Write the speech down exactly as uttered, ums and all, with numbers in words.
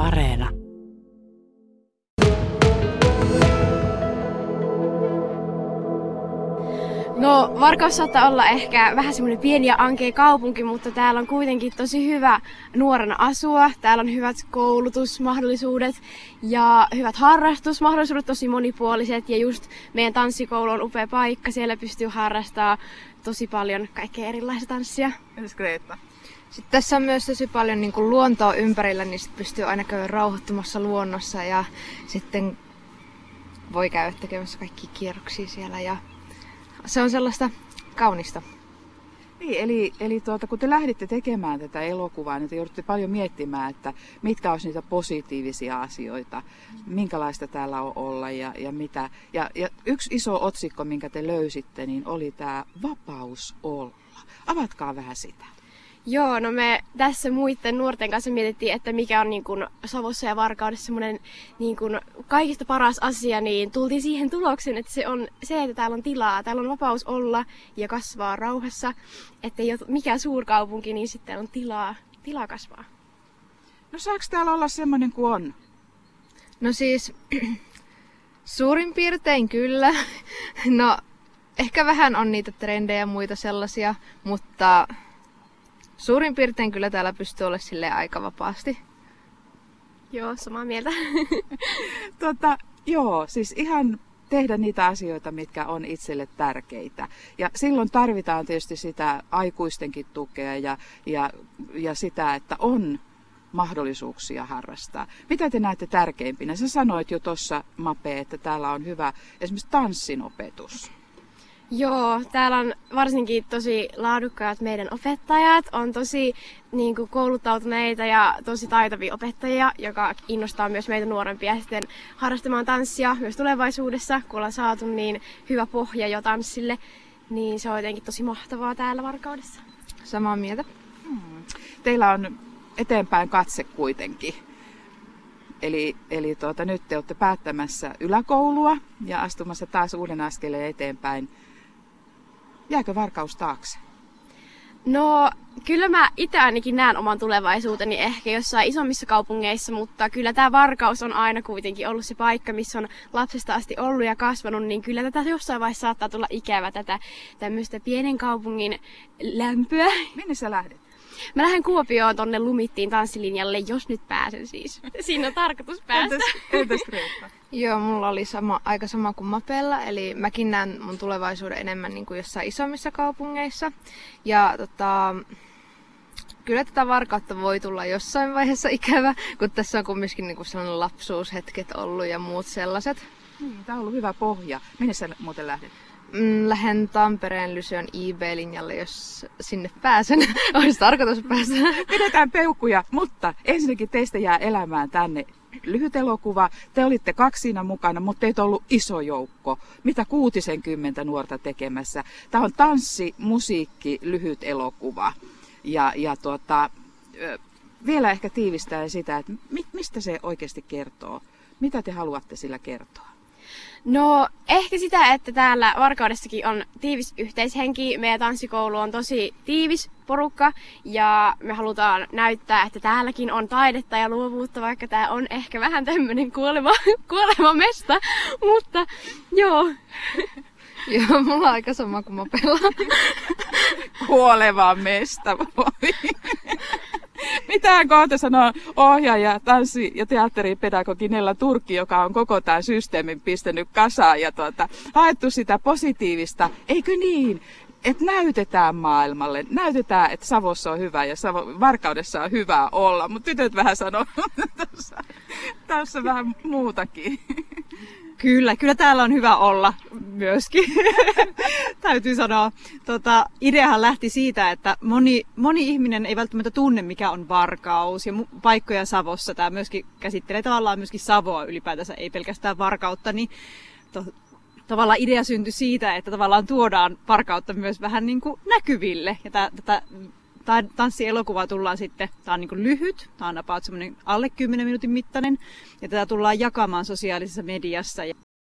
Areena. No, Varkaus saattaa olla ehkä vähän semmoinen pieni ja ankea kaupunki, mutta täällä on kuitenkin tosi hyvä nuorena asua. Täällä on hyvät koulutusmahdollisuudet ja hyvät harrastusmahdollisuudet, tosi monipuoliset. Ja just meidän tanssikoulu on upea paikka, siellä pystyy harrastamaan tosi paljon kaikkea erilaisia tanssia. Entäs Greta? Sitten tässä on myös tosi paljon niin kuin luontoa ympärillä, niin sit pystyy aina käydä rauhoittumassa luonnossa ja sitten voi käydä tekemässä kaikki kierroksia siellä ja se on sellaista kaunista. Niin, eli, eli tuota, kun te lähditte tekemään tätä elokuvaa, niin te joudutte paljon miettimään, että mitkä olisi niitä positiivisia asioita, minkälaista täällä on olla ja, ja mitä. Ja, ja yksi iso otsikko, minkä te löysitte, niin oli tämä vapaus olla. Avatkaa vähän sitä. Joo, no me tässä muiden nuorten kanssa mietittiin, että mikä on niin kuin Savossa ja Varkaudessa semmoinen niin kuin kaikista paras asia, niin tultiin siihen tulokseen, että se on se, että täällä on tilaa, täällä on vapaus olla ja kasvaa rauhassa, että ei ole mikään suurkaupunki, niin sitten on tilaa, tilaa kasvaa. No saako täällä olla semmoinen kuin on? No siis suurin piirtein kyllä. No ehkä vähän on niitä trendejä ja muita sellaisia, mutta suurin piirtein kyllä täällä pystyy olemaan silleen aika vapaasti. Joo, samaa mieltä. tota, joo, siis ihan tehdä niitä asioita, mitkä on itselle tärkeitä. Ja silloin tarvitaan tietysti sitä aikuistenkin tukea ja, ja, ja sitä, että on mahdollisuuksia harrastaa. Mitä te näette tärkeimpinä? Sä sanoit jo tuossa, Mape, että täällä on hyvä esimerkiksi tanssinopetus. Joo, täällä on varsinkin tosi laadukkaat meidän opettajat, on tosi niin kuin, kouluttautuneita ja tosi taitavia opettajia, joka innostaa myös meitä nuorempia sitten harrastamaan tanssia myös tulevaisuudessa, kun ollaan saatu niin hyvä pohja jo tanssille, niin se on jotenkin tosi mahtavaa täällä Varkaudessa. Samaa mieltä. Hmm. Teillä on eteenpäin katse kuitenkin. Eli, eli tuota, nyt te olette päättämässä yläkoulua ja astumassa taas uuden askeleen eteenpäin. Jääkö Varkaus taakse? No, kyllä mä itse ainakin näen oman tulevaisuuteni ehkä jossain isommissa kaupungeissa, mutta kyllä tämä Varkaus on aina kuitenkin ollut se paikka, missä on lapsesta asti ollut ja kasvanut, niin kyllä tätä jossain vaiheessa saattaa tulla ikävä tätä tämmöistä pienen kaupungin lämpöä. Minne sä lähdet? Mä lähden Kuopioon tonne Lumittiin tanssilinjalle, jos nyt pääsen siis. Siinä on tarkoitus päästä. Entäs, entäs Reetta? Joo, mulla oli sama, aika sama kuin Mapella, eli mäkin näen mun tulevaisuuden enemmän niin kuin jossain isommissa kaupungeissa. Ja tota, kyllä tätä Varkautta voi tulla jossain vaiheessa ikävä, kun tässä on kumminkin niin kuin sellainen lapsuushetket ollut ja muut sellaiset. Niin, tää on ollut hyvä pohja. Minne sä muuten lähdet? Lähden Tampereen Lyseon I B-linjalle, jos sinne pääsen. Olisi tarkoitus päästä. Pidetään peukkuja, mutta ensinnäkin teistä jää elämään tänne lyhyt elokuva. Te olitte kaksi siinä mukana, mutta teitä on ollut iso joukko. Mitä kuutisenkymmentä nuorta tekemässä. Tämä on tanssi, musiikki, lyhyt elokuva. Ja, ja tuota, vielä ehkä tiivistää sitä, että mistä se oikeasti kertoo. Mitä te haluatte sillä kertoa? No ehkä sitä, että täällä Varkaudessakin on tiivis yhteishenki. Meidän tanssikoulu on tosi tiivis porukka ja me halutaan näyttää, että täälläkin on taidetta ja luovuutta, vaikka tää on ehkä vähän tämmönen kuoleva, kuoleva mesta, mutta joo. Joo, mulla on aika sama kuin Mapella. Kuoleva mesta, voi. Mitään kohta sanoo ohjaaja, tanssi- ja teatteripedagogi Nella Turkki, joka on koko tämän systeemin pistänyt kasaan ja tuota, haettu sitä positiivista, eikö niin? Että näytetään maailmalle, näytetään, että Savossa on hyvä ja Savo- Varkaudessa on hyvä olla, mutta tytöt vähän sanoo tässä vähän muutakin. Kyllä, kyllä täällä on hyvä olla myöskin, täytyy sanoa. Tota, ideahan lähti siitä, että moni, moni ihminen ei välttämättä tunne, mikä on Varkaus ja paikkoja Savossa. Tämä myöskin käsittelee tavallaan myöskin Savoa ylipäätänsä, ei pelkästään Varkautta. Niin to, tavallaan idea syntyi siitä, että tavallaan tuodaan Varkautta myös vähän niin kuin näkyville. Ja tää, tätä tanssielokuvaa tullaan sitten, tämä on niin kuin lyhyt, tämä on about semmoinen alle kymmenen minuutin mittainen, ja tätä tullaan jakamaan sosiaalisessa mediassa.